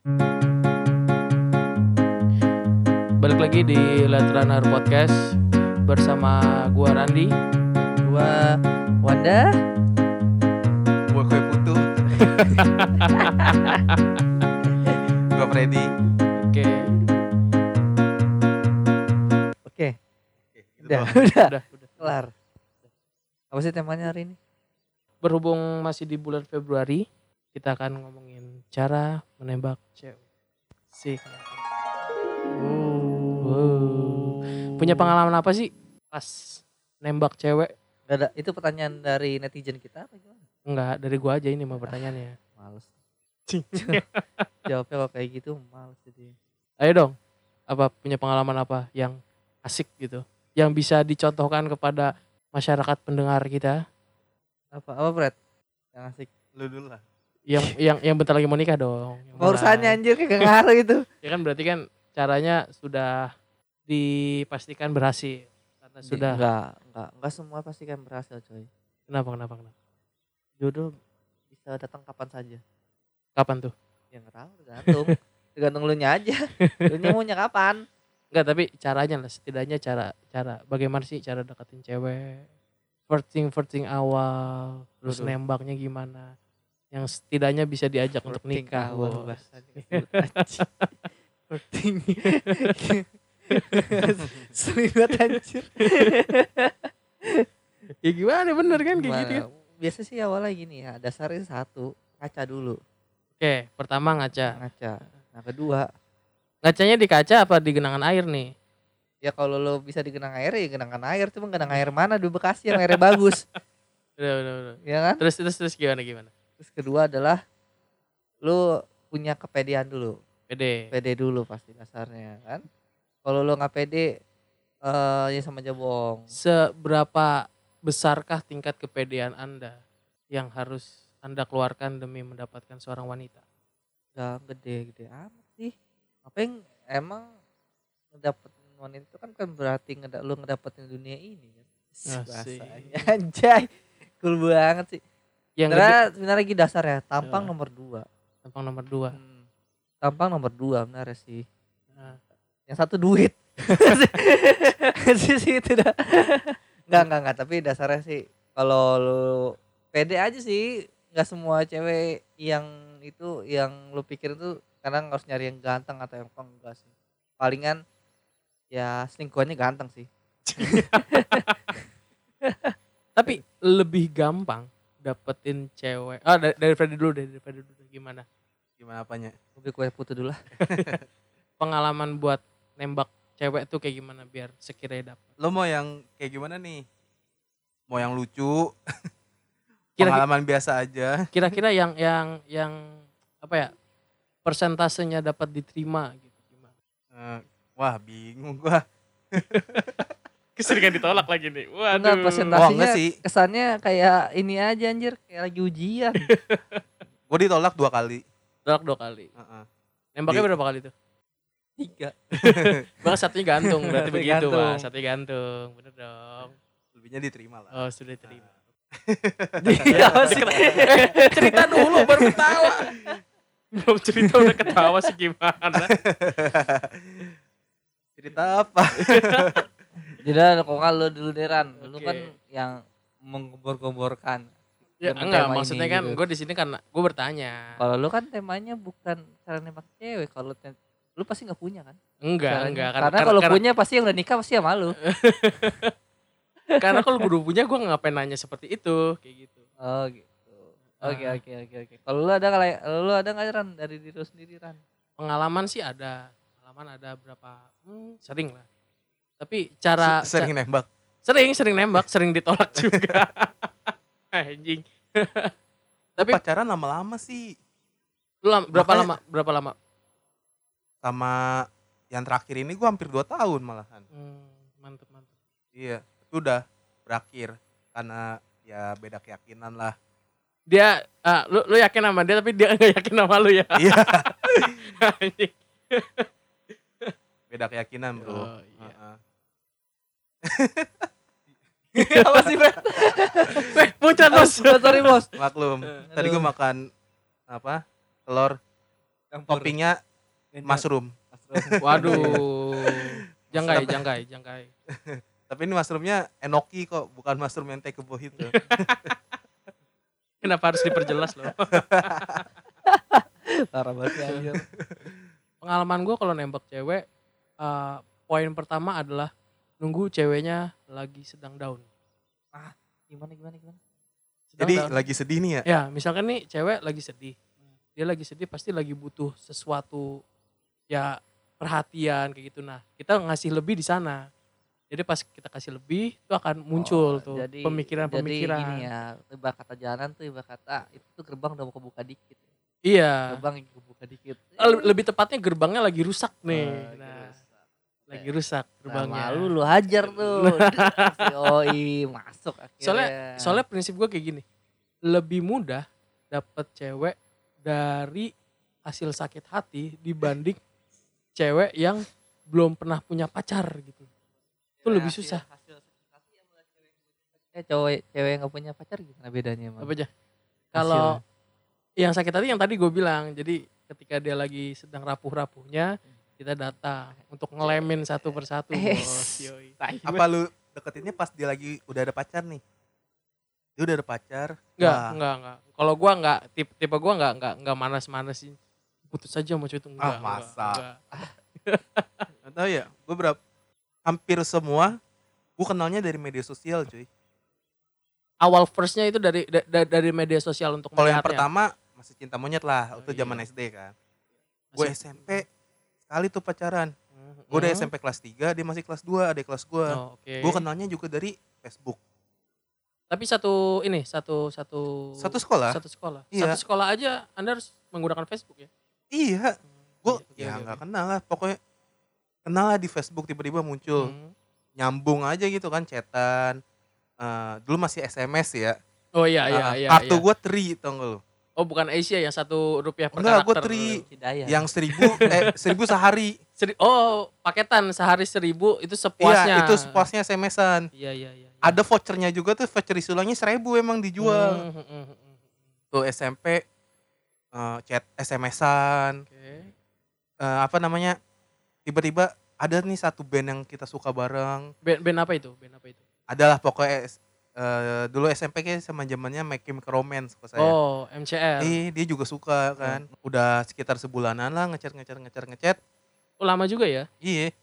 Balik lagi di Let Runner Podcast bersama gua Randi. Gua Wanda. Gua Kue Putu. Gua Freddy. Oke. Oke, Gitu udah, doang. Udah. kelar. Apa sih temanya hari ini? Berhubung masih di bulan Februari, kita akan ngomongin cara menembak cewek. Sik. Punya pengalaman apa sih pas nembak cewek? Gak ada, itu pertanyaan dari netizen kita apa gimana? Enggak, dari gua aja ini mah pertanyaannya. Males. Jawabnya kalau kayak gitu males jadi. Ayo dong. Apa punya pengalaman apa yang asik gitu? Yang bisa dicontohkan kepada masyarakat pendengar kita Apa Brad? Yang asik. Lu dulu lah. yang bentar lagi mau nikah dong. Yang Urusannya mulai. anjir kayak ngaruh itu. Ya kan berarti kan caranya sudah dipastikan berhasil karena sudah. Enggak semua pasti kan berhasil coy. Kenapa? Jodoh bisa datang kapan saja. Kapan tuh? Ya enggak tahu, tergantung lu nya aja. Lu nya maunya kapan? Enggak, tapi caranya lah, setidaknya cara bagaimana sih cara deketin cewek? First thing awal, terus Waduh. nembaknya gimana? Yang setidaknya bisa diajak untuk nikah. Waduh, Bos. Flirting. Sering banget anjir. Ya gimana, bener kan kayak Gimana? gitu kan? Biasa sih awalnya gini ya, dasarnya satu, ngaca dulu. Oke, pertama ngaca. Nah kedua, Ngacanya di kaca apa di genangan air nih? ya kalau lo bisa di genang air ya genangan air. Cuma genang air mana di Bekasi yang airnya bagus. Udah. Ya kan? Terus gimana? Terus kedua adalah lo punya kepedean dulu. Pede. Pede dulu pasti dasarnya kan. Kalau lo nggak pede, ya sama aja bohong. Seberapa besarkah tingkat kepedean Anda yang harus Anda keluarkan demi mendapatkan seorang wanita? Gak gede amat sih. Apa yang emang ngedapetin wanita itu kan berarti lu ngedapetin dunia ini kan. Asik. Bahasanya anjay. Cool banget sih. Yang gede, Sebenarnya lagi dasar ya, tampang Ya. nomor 2. tampang nomor 2. Tampang nomor 2 benar ya sih. Nah, Yang satu duit. sih itu dah. Enggak, tapi dasarnya sih kalau lu pede aja sih, enggak semua cewek yang itu yang lu pikir itu kadang harus nyari yang ganteng atau yang enggak sih. Palingan ya selingkuhannya ganteng sih. tapi lebih gampang dapetin cewek. Dari Freddy dulu gimana? Gimana apanya? Lebih kue putu dulu lah. Pengalaman buat nembak cewek tuh kayak gimana biar sekiranya dapet? Lo mau yang kayak gimana nih? Mau yang lucu? Kira-kira- Pengalaman biasa aja. Kira-kira yang apa ya? Persentasenya dapat diterima gitu gimana? Wah bingung gua. Keseringan ditolak lagi nih. Enggak, Oh, presentasinya enggak sih. kesannya kayak ini aja anjir, kayak lagi ujian. Gua ditolak 2 kali. Tolak 2 kali. Heeh. Nembaknya berapa kali tuh? 3. Bang satunya gantung berarti Satunya begitu gantung. Bang. Satunya gantung. Bener dong. Lebihnya diterima lah. Oh sudah terima. Iya, Cerita dulu baru ketawa. Belum cerita udah ketawa sih gimana? Cerita apa? Jadi kok nggak lo dulu Deran, lu Oke. kan yang menggembor-gemborkan. Ya dengan enggak, tema maksudnya ini kan gitu. gue di sini karena gue bertanya. Kalau lu kan temanya bukan cara nembak cewek, kalau lu pasti nggak punya kan? Enggak. Karena kalau punya pasti yang udah nikah pasti sama lu. Karena kalau gue udah punya gue ngapain nanya seperti itu, kayak gitu. Oh gitu. Oke. Ah. Kalau lu ada nggak Ran dari diri lu sendiri Ran? Pengalaman sih ada. Pengalaman ada berapa? Sering lah. Tapi cara Sering nembak. sering nembak, sering ditolak juga. Anjing. Tapi Tapi pacaran lama-lama sih. berapa Makanya- lama? Sama yang terakhir ini gua hampir 2 tahun malahan. Mantep. Iya, itu udah berakhir karena ya beda keyakinan lah. Dia lu yakin sama dia tapi dia enggak yakin sama lu ya. Iya, Anjing. beda keyakinan, Bro. Oh, iya. Heeh. Apa sih Fred? Muncat bos. Sorry bos. Maklum. Tadi Aduh. gue makan apa? Telur toppingnya mushroom. Waduh. Jangkai. Tapi ini mushroomnya enoki kok, bukan mushroom yang takeable itu. Kenapa harus diperjelas loh? Parah banget ya, anjir. Pengalaman gue kalau nembak cewek, poin pertama adalah nunggu ceweknya lagi sedang down. Gimana? Sedang Jadi down. lagi sedih nih ya. Ya, misalkan nih cewek lagi sedih. Dia lagi sedih pasti lagi butuh sesuatu ya perhatian kayak gitu. Nah, kita ngasih lebih di sana. Jadi pas kita kasih lebih itu akan muncul tuh pemikiran-pemikiran. Jadi gini ya, ibarat kata jalan tuh ibarat kata itu tuh gerbang udah mau kebuka dikit. Iya. Gerbang yang kebuka dikit. Lebih tepatnya gerbangnya lagi rusak nih. Lagi rusak gerbangnya. Malu lu hajar tuh. Oi, masuk akhirnya. Soalnya prinsip gue kayak gini. Lebih mudah dapet cewek dari hasil sakit hati dibanding cewek yang belum pernah punya pacar gitu. Itu lebih susah. Cewek yang gak punya pacar gimana bedanya emang? Apa aja? Kalau yang sakit hati yang tadi gue bilang. Jadi ketika dia lagi sedang rapuh-rapuhnya, kita datang untuk ngelemin satu persatu, bos. Yoi. Apa lu deketinnya pas dia lagi udah ada pacar nih? Dia udah ada pacar? Enggak. Kalau gue enggak, tipe gue enggak manas-manasin. Putus aja sama cowok itu enggak. Masa? Gak tau ya, gue hampir semua gue kenalnya dari media sosial cuy. Awal firstnya itu dari media sosial untuk Kalau yang melihatnya. pertama masih cinta monyet lah, waktu iya. zaman SD kan. Gue SMP sekali tuh pacaran. Gue udah SMP kelas 3, dia masih kelas 2, adik kelas gue. Okay. Gue kenalnya juga dari Facebook. Tapi satu sekolah. Iya. Satu sekolah aja Anda harus menggunakan Facebook ya? Iya. Gue Oke. gak kenal lah, pokoknya kenal lah di Facebook tiba-tiba muncul. Nyambung aja gitu kan, chatan. Dulu masih SMS ya. Oh iya. Kartu gue tri, tau gak lu? Oh bukan Asia yang Rp1 per Enggak, gue karakter. tri. Hidayah. Yang 1000 sehari. Paketan sehari 1000 itu sepuasnya. Iya, itu sepuasnya SMS-an. Iya. Ada vouchernya juga tuh, voucher isulangnya 1000 emang dijual. Tuh SMP chat SMS-an. Apa namanya? Tiba-tiba ada nih satu band yang kita suka bareng. Band apa itu? Adalah pokoknya dulu SMP kan sama zamannya My Chemical Romance kok saya. Oh, MCR. Dia juga suka kan. Udah sekitar sebulanan lah ngechat. Oh, lama juga ya? Iya.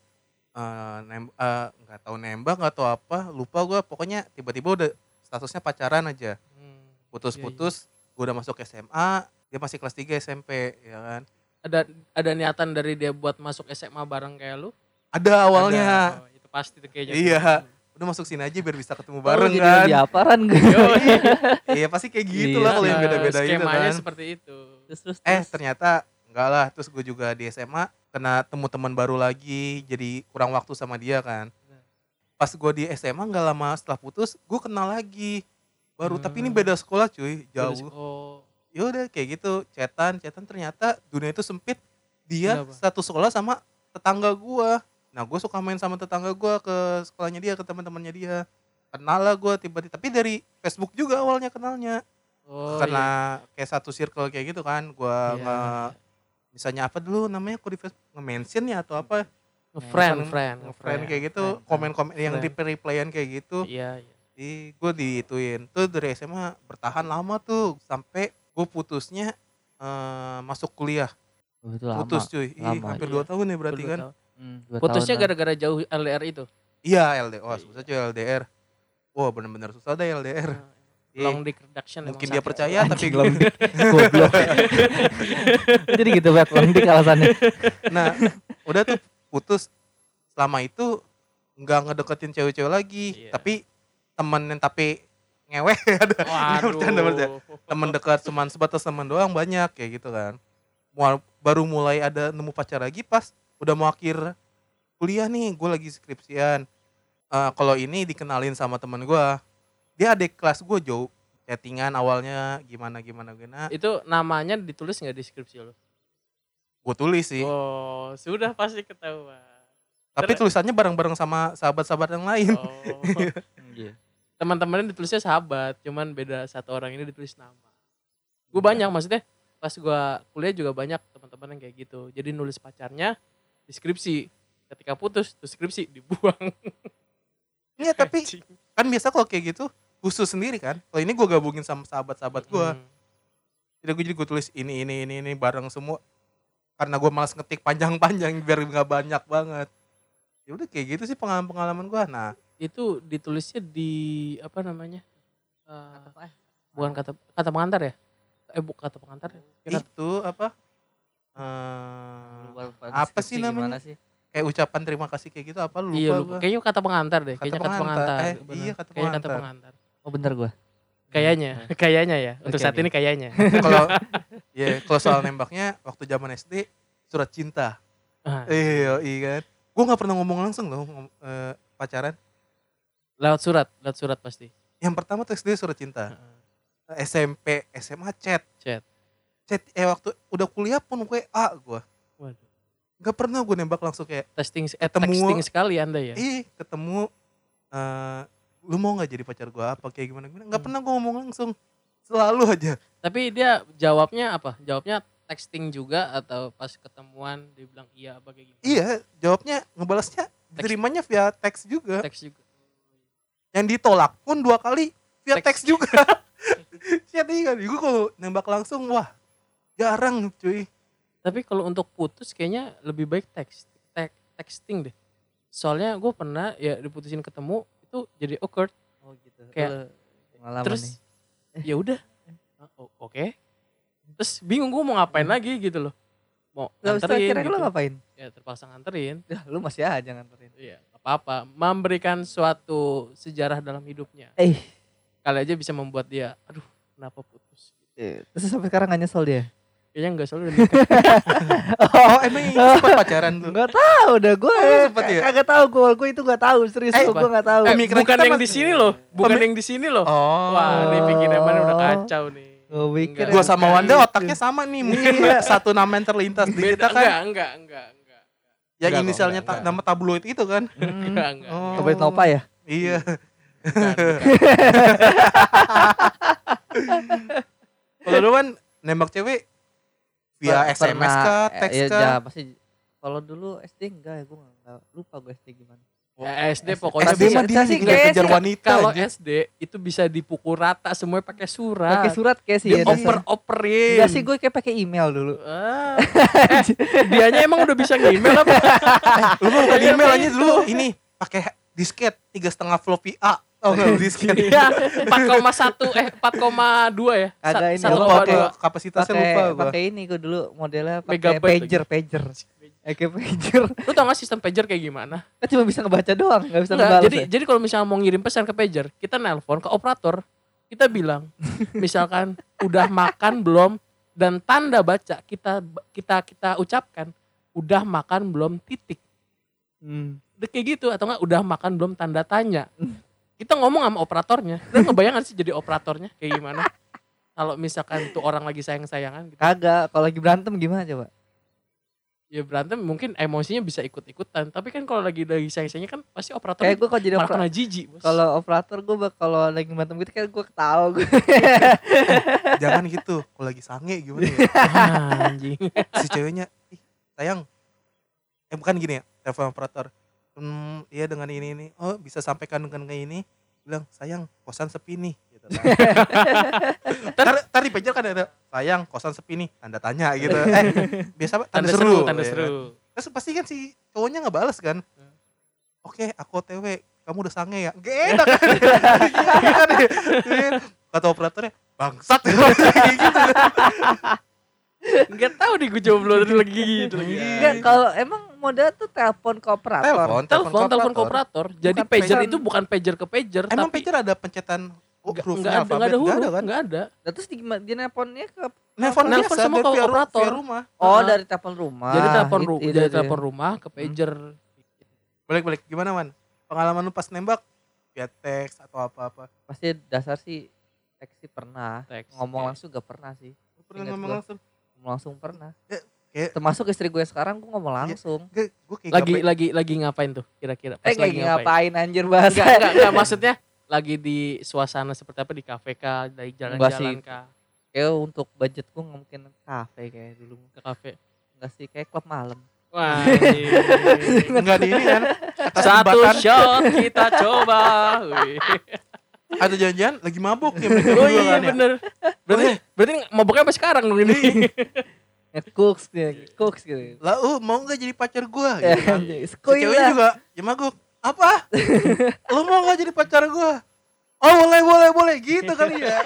Nggak tahu nembak, nggak tahu apa, lupa gue. Pokoknya tiba-tiba udah statusnya pacaran aja. Putus-putus, gue udah masuk SMA, dia masih kelas 3 SMP, ya kan. Ada niatan dari dia buat masuk SMA bareng kayak lu? Ada awalnya. Oh, itu pasti tuh kayaknya. Iya. Udah masuk sini aja biar bisa ketemu bareng jadi kan. lebih aparan gue. Iya pasti kayak gitu lah kalau yang beda-beda itu skemanya kan. seperti itu. Terus. Ternyata enggak lah. Terus gue juga di SMA kena temu teman baru lagi, jadi kurang waktu sama dia kan. Pas gue di SMA nggak lama setelah putus, gue kenal lagi baru. Tapi ini beda sekolah cuy, jauh. Ya udah kayak gitu, chatan ternyata dunia itu sempit. Dia satu sekolah sama tetangga gue. Nah gue suka main sama tetangga gue ke sekolahnya dia, ke teman-temannya dia. Kenal lah gue tiba-tiba, tapi dari Facebook juga awalnya kenalnya. Karena kayak satu circle kayak gitu kan. Gue misalnya apa dulu namanya kok di Facebook, nge-mention ya atau apa. Friend Kayak gitu, komen-komen yang di replyan kayak gitu. Iya. Gue diituin. Tuh dari SMA bertahan lama tuh. Sampai gue putusnya masuk kuliah. Putus cuy, hampir 2 tahun ya berarti kan. Putusnya gara-gara jauh LDR itu? Iya LDR, wah susah cuy LDR. Wah bener-bener susah deh LDR. Long dick reduction. Mungkin dia percaya tapi goblok. Jadi gitu banget long dick alasannya. Nah udah tuh putus. Selama itu gak ngedeketin cewek-cewek lagi. Tapi temen yang tapi ngewe ada. Waduh. Temen dekat cuman sebatas temen doang banyak kayak gitu kan. Baru mulai ada nemu pacar lagi pas udah mau akhir kuliah nih, gue lagi skripsian. Kalau ini dikenalin sama temen gue, dia adik kelas gue jauh. Chattingan awalnya gimana. Itu namanya ditulis nggak di skripsi lo? Gue tulis sih. Oh, sudah pasti ketahuan. Tapi tulisannya bareng-bareng sama sahabat-sahabat yang lain. Oh. Teman-temannya ditulisnya sahabat, cuman beda satu orang ini ditulis nama. Gue banyak maksudnya. pas gue kuliah juga banyak teman-teman yang kayak gitu. Jadi nulis pacarnya di skripsi. Ketika putus, tuh skripsi dibuang. Iya tapi kan biasa kalau kayak gitu khusus sendiri kan. Kalau ini gue gabungin sama sahabat-sahabat gue. Jadi gue tulis ini bareng semua. Karena gue malas ngetik panjang-panjang biar nggak banyak banget. Ya udah kayak gitu sih pengalaman gue. Nah Itu ditulisnya di apa namanya? Apa? Bukan kata pengantar ya? Bukan kata pengantar ya? Ya, itu apa? Apa sih namanya? Sih? Kayak ucapan terima kasih kayak gitu apa lupa Iya gua. lupa. Kayaknya kata pengantar deh. Kayaknya kata pengantar. Bener. Iya kata Kayaknya kata pengantar. pengantar. Oh bener gue. Kayaknya ya. Untuk Oke, saat oke. ini kayaknya. Kalau kalau soal nembaknya waktu zaman SD surat cinta. Ah, Iya kan. Gue nggak pernah ngomong langsung loh pacaran. lewat surat pasti. Yang pertama tuh SD surat cinta. SMP, SMA chat. Chat. Waktu udah kuliah pun WA gue. Waduh. Gak pernah gue nembak langsung kayak Texting sekali Anda ya. ketemu lu mau nggak jadi pacar gue apa kayak gimana nggak pernah gue ngomong langsung, selalu aja. Tapi dia jawabnya apa? Jawabnya texting juga atau pas ketemuan dia bilang iya apa kayak gimana? Iya, jawabnya ngebalasnya diterimanya via teks juga. Teks juga. Yang ditolak pun 2 kali via Teks. teks juga. Jadi kan gue kalau nembak langsung wah jarang cuy. Tapi kalau untuk putus kayaknya lebih baik texting deh. Soalnya gue pernah ya diputusin ketemu itu jadi awkward. Oh gitu. Kayak, Pengalaman terus nih. ya udah. Oke. Terus bingung gue mau ngapain lagi gitu loh. Mau Lalu setelah nganterin kira gitu. lo ngapain? Ya terpaksa nganterin. Ya, lu masih aja nganterin. Iya, gak apa-apa. Memberikan suatu sejarah dalam hidupnya. Kali aja bisa membuat dia, aduh, kenapa putus? Terus sampai sekarang gak nyesel dia? Kayaknya enggak selalu udah nikah. Oh emang sempat pacaran tuh? Gak tahu dah gue. Sempet ya? Kagak tahu gue itu gak tahu serius gue gak tahu. Pemikiran bukan kita yang mas- di sini loh, bukan yang di sini loh. Oh. Wah, ini pikiran mana udah kacau nih. Gue pikir Enggak. Gue sama Bukan Wanda gitu. otaknya sama nih, mungkin satu nama yang terlintas di Beda, kita kan. enggak. Yang Enggak, inisialnya enggak. nama tabloid itu kan. Enggak. Oh. Cobain Nova ya? Iya. Bukan. Kalau lu kan nembak cewek via SMS kah, teks ya, kah? ya pasti. Kalau dulu SD enggak ya, gue enggak lupa gue SD gimana. Ya, SD pokoknya SD mah bisa. dia sih ngejar kayak wanita Kalau aja. SD itu bisa dipukul rata semuanya pakai surat. Pakai surat kayak sih Dia ya. dasar. operin. Enggak sih gue kayak pakai email dulu. Dianya emang udah bisa nge-email apa? Lu mah bukan Iya, email Pak, aja itu. dulu ini pakai disket 3,5 floppy A. Oh enggak disket. Iya, 4,1 4,2 ya. Agak ini, Lupa 1,2. gua, kapasitasnya lupa gua. Pakai ini gue dulu modelnya pakai Megabyte pager. Pager. Lu tau gak sistem pager kayak gimana? Kan cuma bisa ngebaca doang, enggak bisa Enggak, ngebalas. jadi kalau misalnya mau ngirim pesan ke pager, kita nelpon ke operator, kita bilang, misalkan udah makan belum dan tanda baca kita ucapkan udah makan belum titik. Udah kayak gitu atau enggak udah makan belum tanda tanya. Kita ngomong sama operatornya. Lu ngebayang gak sih jadi operatornya kayak gimana? Kalau misalkan tuh orang lagi sayang-sayangan gitu. Kagak, kalau lagi berantem gimana coba? Ya berantem mungkin emosinya bisa ikut-ikutan, tapi kan kalau lagi sayang-sayangnya kan pasti operator Kayak gue kalau jadi malah kena jijik, Bos. kalau operator gue kalau lagi berantem gitu kayak gue ketawa gue. Jangan gitu. Kalau lagi sange gimana ya? Anjing. Si ceweknya, ih sayang. Bukan gini ya, telepon operator. Iya dengan ini. Oh bisa sampaikan dengan kayak ini. Bilang, sayang kosan sepi nih. Gitu kan. Ntar di pager kan ada, sayang kosan sepi nih. Tanda tanya gitu. Biasa apa? Tanda seru. Tanda ya kan? seru. Terus pasti kan si cowoknya ngebales kan. Oke aku OTW. Kamu udah sange ya? Gak enak kan. Gimana kan ya? Kata operatornya, bangsat. Kayak gitu. Enggak tahu nih gue jomblo lagi gitu lagi. Enggak, kalau emang model tuh telepon ke operator. Telepon ke operator. Jadi Bukan pager pager. itu bukan pager ke pager, Emang tapi pager ada pencetan enggak ada huruf, kan? enggak ada. Nah, terus dia nelponnya ke Nelfon Nelfon biasa sama dari ke via operator. via rumah. Oh, Heeh. dari telepon rumah. Jadi telepon Itu telepon rumah ke pager. Balik gimana man? Pengalaman lu pas nembak via teks atau apa-apa? Pasti dasar sih teks sih pernah. Teks, Ngomong ya. langsung gak pernah sih. Lu pernah Ingat ngomong gua. langsung? Ngomong langsung pernah. Kayak Termasuk istri gue sekarang gue ngomong langsung. gue kayak Lagi ngapain tuh kira-kira? Pas Lagi ngapain anjir bahasa. Enggak, maksudnya lagi di suasana seperti apa di kafe kah, dari jalan-jalan Enggak sih. kah? Kayak untuk budget gue nggak mungkin kafe kayak dulu. Ke kafe. Enggak sih, kayak klub malam. Wah, Enggak di ini kan. Atas satu jembatan. shot kita coba. Wih. Atau jangan-jangan lagi mabuk ya mereka Oh berdua iya kan ya. bener. Berarti mabuknya sampai sekarang dong ini. Cooks gitu. Lah mau gak jadi pacar gue? Ya, Gitu kan. Si skoy ceweknya lah. juga ya mabuk. Apa? Lu mau gak jadi pacar gue? Oh boleh gitu kali ya.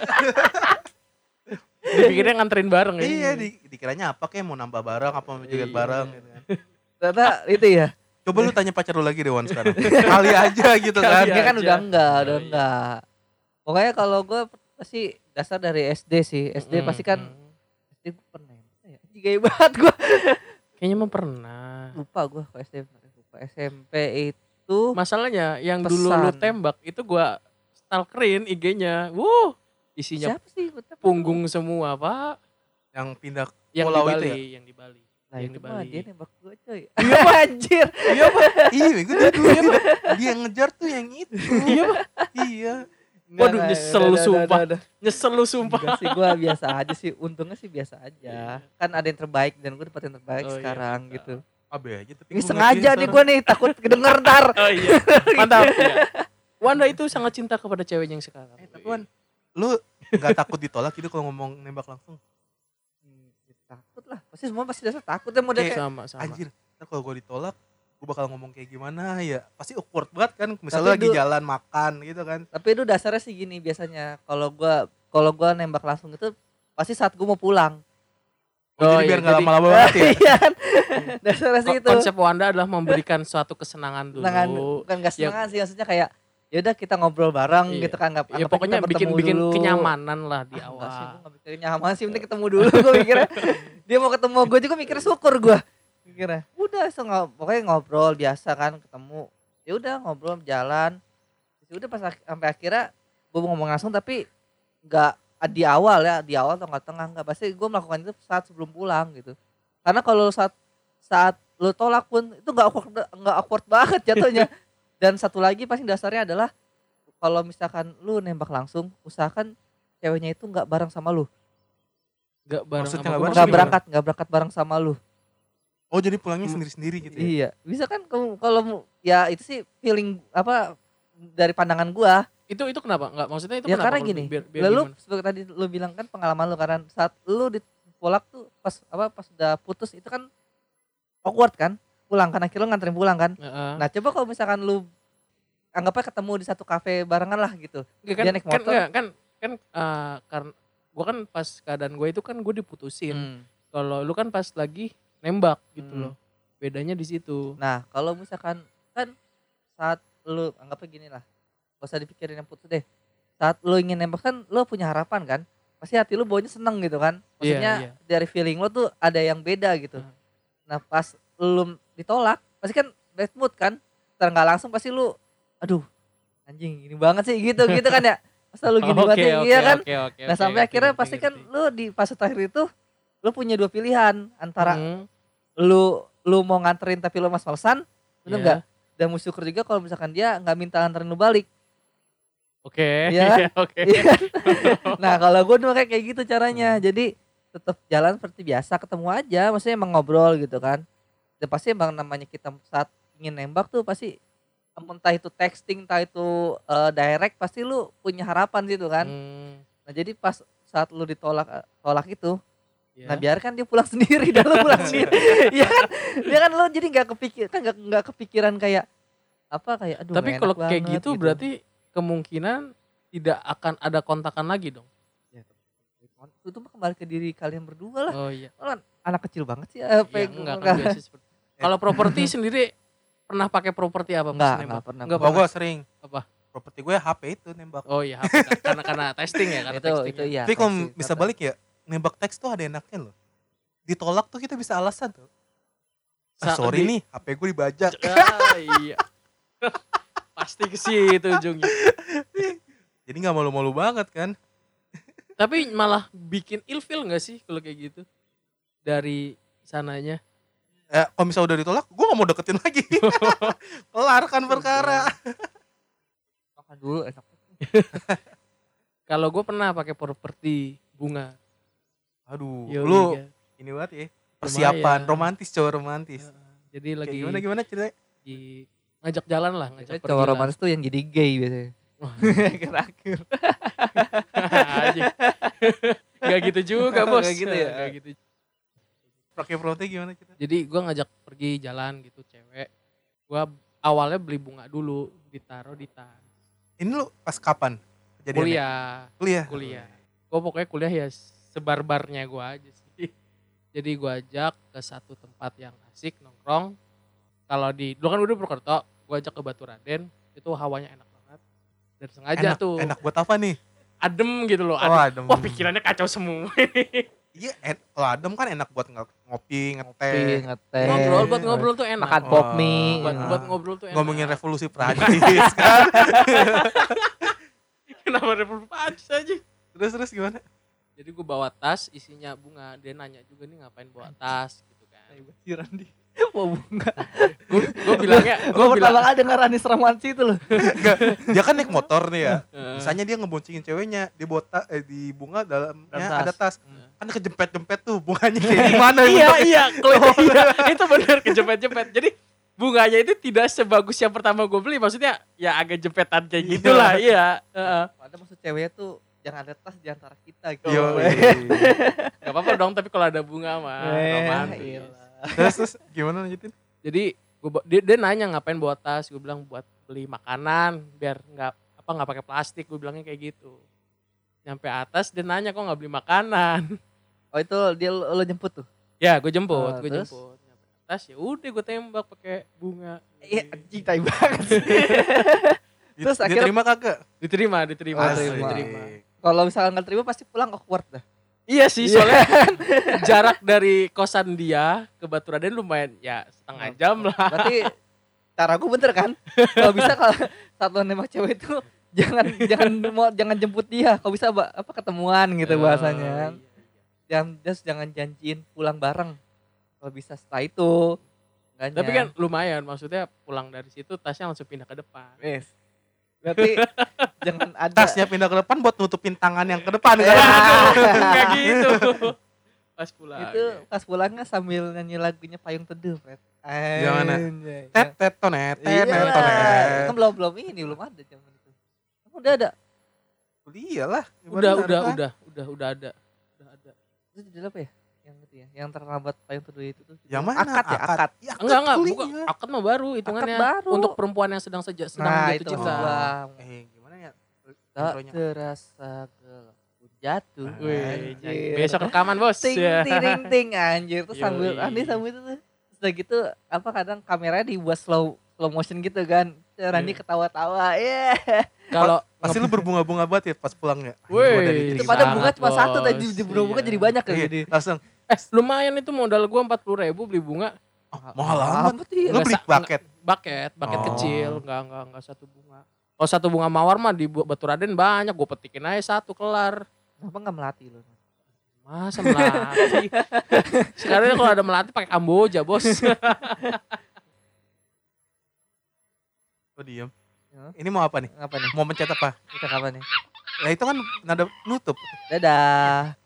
Dipikirnya nganterin bareng ya. Iya dikiranya apa kayak mau nambah barang apa mau joget Iya. bareng gitu kan. Ternyata itu ya. Coba lu tanya pacar lu lagi deh Wan sekarang. Kali aja gitu kan. Kali Dia kan aja. udah enggak, Oh, iya. enggak. Pokoknya kalau gue pasti dasar dari SD sih. SD pasti kan SD gue pernah ya. Gaya banget gue. Kayaknya mah pernah. Lupa gue ke SD. Lupa SMP itu Masalahnya yang dulu lu Pesan. tembak itu gua stalkerin IG-nya. Isinya siapa sih? Gua tahu. punggung semua, Pak. Yang pindah Yang pulau di itu Bali, ya. yang di Bali. Nah yang itu di mah Bali. dia nembak gue coy. Iya anjir. Iya Pak. Iya gue dulu ya Pak. Dia yang ngejar tuh yang itu. Iya, Pak. Iya. Waduh, nyesel lu sumpah. Nyesel lu sumpah. Enggak sih gue biasa aja sih. Untungnya sih biasa aja. Kan ada yang terbaik dan gue dapet yang terbaik Oh, iya, sekarang betul. gitu. Abe aja tapi Ini gua sengaja ngeliat nih dia gue nih takut kedenger ntar. Oh iya. Mantap. Iya. Wanda itu sangat cinta kepada ceweknya yang sekarang. tapi Wan, lu gak takut ditolak gitu kalau ngomong nembak langsung? Takut lah. Pasti semua pasti dasar takut ya mau Kayak- kayak. Sama-sama. Anjir, ntar kalau gue ditolak, gue bakal ngomong kayak gimana ya? Pasti awkward banget kan, misalnya Tapi lagi du- jalan makan gitu kan. Tapi itu dasarnya sih gini biasanya. Kalau gua nembak langsung itu pasti saat gue mau pulang. Oh, jadi iya, biar gak jadi- lama-lama banget ya. Iya kan? Dasarnya sih itu. Konsep Wanda adalah memberikan suatu kesenangan dulu. Senangan, bukan gak senangan sih, maksudnya kayak ya udah kita ngobrol bareng Iya. gitu kan, Ya anggap pokoknya kita bikin bertemu dulu. kenyamanan lah di Enggak awal. sih, gue gak mikirin nyaman sih, penting ketemu dulu gue mikirnya. Dia mau ketemu gue juga mikirnya syukur gue. Mikirnya udah pokoknya ngobrol biasa kan, ketemu. Ya udah ngobrol jalan. Ya udah pas sampai akhirnya gue mau ngomong langsung tapi enggak di awal atau enggak tengah, enggak, pasti gue melakukan itu saat sebelum pulang gitu. Karena kalau saat lu tolak pun itu enggak awkward banget jatuhnya. Dan satu lagi pasti dasarnya adalah kalau misalkan lu nembak langsung, usahakan ceweknya itu enggak bareng sama lu. Enggak bareng Maksudnya sama nggak gua, bareng? maksudnya Enggak berangkat bareng sama lu. Oh jadi pulangnya sendiri-sendiri gitu ya? Iya, bisa kan kalau ya itu sih feeling apa dari pandangan gua. Itu kenapa? Enggak, maksudnya itu Ya kenapa? karena Lu gini, biar lalu gimana? seperti tadi lu bilang kan pengalaman lu karena saat lu ditolak tuh pas udah putus itu kan awkward kan? Pulang kan akhirnya lu nganterin pulang kan? Heeh. Nah, coba kalau misalkan lu anggapnya ketemu di satu kafe barengan lah gitu. Nggak, Dia naik motor. Karena gua kan pas keadaan gue itu kan gue diputusin. Hmm. Kalau lu kan pas lagi nembak gitu Hmm. loh. Bedanya di situ. Nah, kalau misalkan kan saat lu anggapnya gini lah. Gak usah dipikirin yang putus deh. Saat lu ingin nembak kan lu punya harapan kan. Pasti hati lu baunya seneng gitu kan. Maksudnya Iya. dari feeling lu tuh ada yang beda gitu. Hmm. Nah, pas lu ditolak pasti kan bad mood kan. Secara nggak langsung pasti lu aduh anjing gini banget sih gitu kan ya. Masa lu gini banget sih, iya kan. Nah, sampai akhirnya pasti kan lu di fase terakhir itu lu punya dua pilihan antara lu mau nganterin tapi lu mas-malesan, bener Iya. nggak? Dan mau syukur juga kalau misalkan dia nggak minta nganterin lu balik. Oke. Iya kan? Oke. Iya kan? Nah kalau gue dulu kayak gitu caranya, jadi tetap jalan seperti biasa, ketemu aja, maksudnya emang ngobrol gitu kan. Dan pasti emang namanya kita saat ingin nembak tuh pasti entah itu texting, entah itu direct, pasti lu punya harapan gitu kan. Nah jadi pas saat lu tolak itu, Iya. nah biarkan dia pulang sendiri dan lu pulang sendiri. Iya kan? Dia kan lu jadi nggak kepikiran kayak apa kayak aduh. Tapi nggak kalau enak kayak banget gitu berarti kemungkinan tidak akan ada kontakan lagi dong. itu mah kembali ke diri kalian berdua lah. Oh iya. Kan anak kecil banget sih. Ya, enggak kan biasa seperti. Kalau properti sendiri pernah pakai properti apa? pas Enggak nembak? pernah. Enggak Oh gue sering. Apa? Properti gue HP itu nembak. Oh iya, HP. karena testing ya, karena itu testing. iya. Tapi kalau pasti. bisa balik ya, nembak teks tuh ada enaknya loh. Ditolak tuh kita bisa alasan tuh. Sorry nih, HP gue dibajak. Ah, iya. Pasti ke situ ujungnya. Jadi gak malu-malu banget kan. Tapi malah bikin ilfil gak sih kalau kayak gitu? Dari sananya. Kalau misalnya udah ditolak, gue gak mau deketin lagi. Kelar kan perkara. Makan dulu enak. Kalau gue pernah pakai properti bunga. Aduh, Yoi, lu kan. ini banget ya. Persiapan Lumayan. romantis, cowok romantis. Jadi Kayak lagi gimana ceritanya? di ngajak jalan lah, ngajak Biasanya cowok pergi lah. romantis tuh yang jadi gay biasanya. Wah. Akhir-akhir. Anjing. Gak gitu juga bos. Gak gitu ya? Gak gitu. Pakai fronte gimana ceritanya? Jadi gue ngajak pergi jalan gitu cewek. Gue awalnya beli bunga dulu, ditaruh di tas. Ini lu pas kapan kejadiannya? Kuliah. Kuliah. Gue pokoknya kuliah ya sebarbarnya gue aja sih. Jadi gue ajak ke satu tempat yang asik nongkrong. Kalau dulu kan udah Purwokerto, gue ajak ke Baturaden, itu hawanya enak banget. Dan sengaja Enak, tuh enak buat apa nih? adem gitu loh. Oh, adem. Wah pikirannya kacau semua. Iya, kalau adem kan enak buat ngopi, ngeteh. Ngopi, ngeteh. Ngobrol, buat ngobrol tuh enak. Makan Oh. pop mie. Buat ngobrol tuh enak. Ngomongin revolusi Prancis kan. Kenapa Republik Prancis aja? Terus gimana? Jadi gue bawa tas isinya bunga. Dia nanya juga nih ngapain bawa tas gitu kan. Basiran di. Wah bunga. Gue bilangnya, Gue pertama kali denger Anis Rahmansi itu loh. Enggak, dia kan naik motor nih ya. Heeh. Misalnya dia ngeboncengin ceweknya, dia bawa di bunga dalamnya Tas. ada tas. Hmm. Kan kejempet-jempet tuh bunganya kayak gimana Iya, bentuknya. iya, iya, itu benar kejepet-jepet. Jadi bunganya itu tidak sebagus yang pertama gue beli, maksudnya ya agak jepetan kayak Iya. gitulah, iya. Heeh. Padahal maksud ceweknya tuh jangan ada tas di antara kita gitu. Yo, Gak apa-apa dong, tapi kalau ada bunga mah romantis. Iya. terus gimana lanjutin? Jadi dia nanya ngapain bawa tas, gue bilang buat beli makanan biar nggak pakai plastik, gue bilangnya kayak gitu. Nyampe atas dia nanya kok nggak beli makanan. Oh itu dia lo jemput tuh. Ya gue jemput, Terus? Nyampe atas ya udah gue tembak pakai bunga. Iya anjing tai banget sih. Terus Dia akhirnya- terima kagak? Diterima. Asik. Kalau misalnya nggak terima pasti pulang awkward dah. Iya sih, soalnya jarak dari kosan dia ke Baturaden lumayan ya setengah jam lah. Berarti cara gue bener kan? Kalau bisa kalau satu nembak cewek itu jangan jemput dia. Kalau bisa ketemuan gitu bahasanya kan. Jangan janjiin pulang bareng. Kalau bisa setelah itu. Enggaknya. Tapi kan lumayan, maksudnya pulang dari situ tasnya langsung pindah ke depan. Yes. Berarti jangan ada Tasnya pindah ke depan buat nutupin tangan yang ke depan Ya. kan? Enggak gitu. Pas pulang. itu pas pulangnya sambil nyanyi lagunya Payung Teduh, Fred. Gimana? Anjay. Tet tonet, Iya. tet tonet. Kan belum ada zaman itu. Kamu udah ada. Kuliah lah. Udah Gimana? ada. Udah ada. Itu judul apa ya? Yang itu ya, yang terlambat Payung Teduh itu tuh. Yang mana? Akad ya, akad. Ya, Enggak, kuliah. bukan akad mah baru hitungannya. baru. Untuk perempuan yang sedang Nah, jatuh itu cinta. Bang. Gimana ya? Tak Intronya. terasa gelap pun jatuh. Wih, Anjir. besok rekaman bos. ting Ya. ting ting anjir tuh sambil Yoi. sambil itu tuh. Setelah gitu kadang kameranya dibuat slow motion gitu kan. Randi Iya. ketawa-tawa. Kalau Pasti lu berbunga-bunga banget ya pas pulangnya. Wih, Itu Sangat, pada bunga cuma Bos. satu tadi di bunga Iya. jadi banyak kan Iya, jadi. langsung. lumayan itu modal gua 40.000 beli bunga. Mahal amat. Apa tuh ya? Lu beli Nggak bucket. Bucket Oh. kecil, enggak satu bunga. Kalau satu bunga mawar mah di Baturaden banyak, gue petikin aja satu kelar. Kenapa enggak melati lu? Masa melati? Sekarang kalau ada melati pakai Kamboja, Bos. Oh diem. Ya. Ini mau apa nih? Apa nih? Mau mencet apa? Kita kapan nih? Ya itu kan nada nutup. Dadah.